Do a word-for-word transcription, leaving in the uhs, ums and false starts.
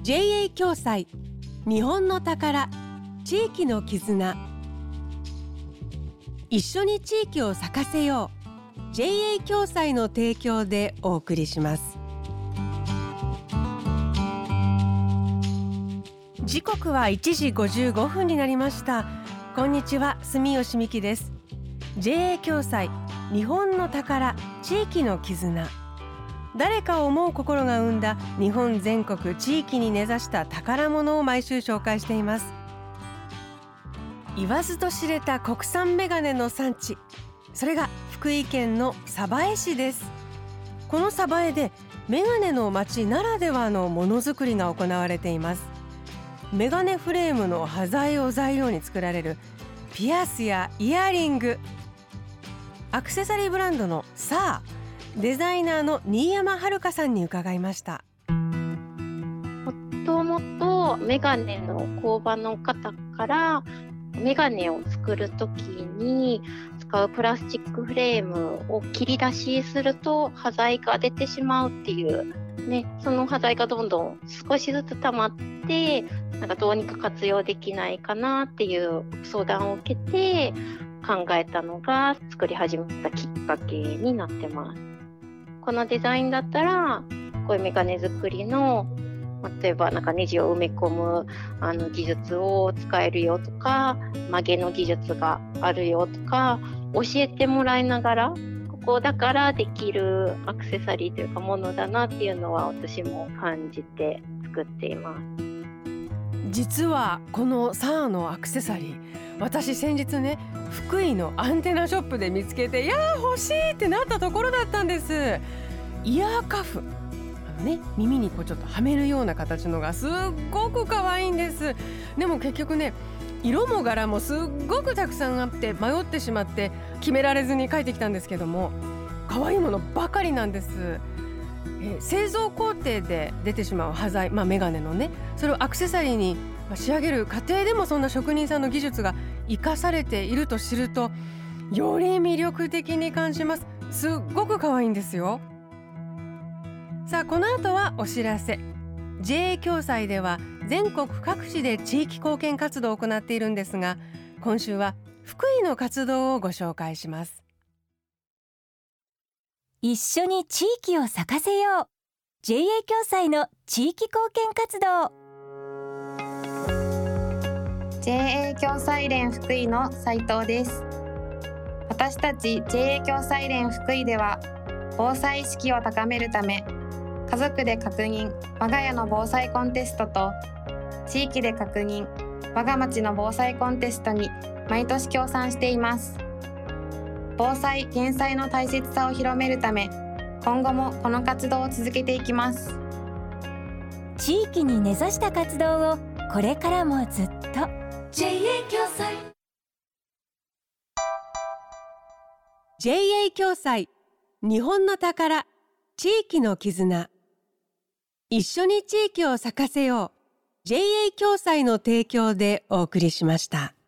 ジェーエー 共済日本の宝地域の絆。一緒に地域を咲かせよう ジェーエー 共済の提供でお送りします。時刻はいちじごじゅうごふんになりました。こんにちは、住吉美希です。 ジェーエー 共済日本の宝地域の絆。誰かを思う心が生んだ日本全国地域に根ざした宝物を毎週紹介しています。言わずと知れた国産メガネの産地、それが福井県の鯖江市です。この鯖江でメガネの町ならではのものづくりが行われています。メガネフレームの端材を材料に作られるピアスやイヤリング、アクセサリーブランドのサー、デザイナーの新山遥さんに伺いました。 もともとメガネの工場の方からメガネを作るときに使うプラスチックフレームを切り出しすると端材が出てしまうっていう、ね、その端材がどんどん少しずつ溜まってなんかどうにか活用できないかなっていう相談を受けて考えたのが作り始めたきっかけになってます。このデザインだったらこういうメガネ作りの例えばなんかネジを埋め込むあの技術を使えるよとか曲げの技術があるよとか教えてもらいながらここだからできるアクセサリーというかものだなっていうのは私も感じて作っています。 実はこのサーのアクセサリー、私先日ね福井のアンテナショップで見つけて、いやー欲しいってなったところだったんです。イヤーカフ、あのね、耳にこうちょっとはめるような形のがすっごく可愛いんです。でも結局ね色も柄もすっごくたくさんあって迷ってしまって決められずに帰ってきたんですけども、可愛いものばかりなんです。えー、製造工程で出てしまう端材、まあ、メガネのね、それをアクセサリーに仕上げる過程でもそんな職人さんの技術が生かされていると知るとより魅力的に感じます。すっごく可愛いんですよ。さあこの後はお知らせ。 ジェーエー 共済では全国各地で地域貢献活動を行っているんですが、今週は福井の活動をご紹介します。 一緒に地域を咲かせよう ジェーエー 共済の地域貢献活動。 ジェーエー 共済連福井の斉藤です。私たち ジェーエー 共済連福井では防災意識を高めるため家族で確認我が家の防災コンテストと地域で確認我が町の防災コンテストに毎年協賛しています。防災・減災の大切さを広めるため今後もこの活動を続けていきます。 地域に根ざした活動をこれからもずっと ジェーエー 共済。 ジェーエー 共済日本の宝地域の絆。一緒に地域を咲かせよう ジェーエー 共済の提供でお送りしました。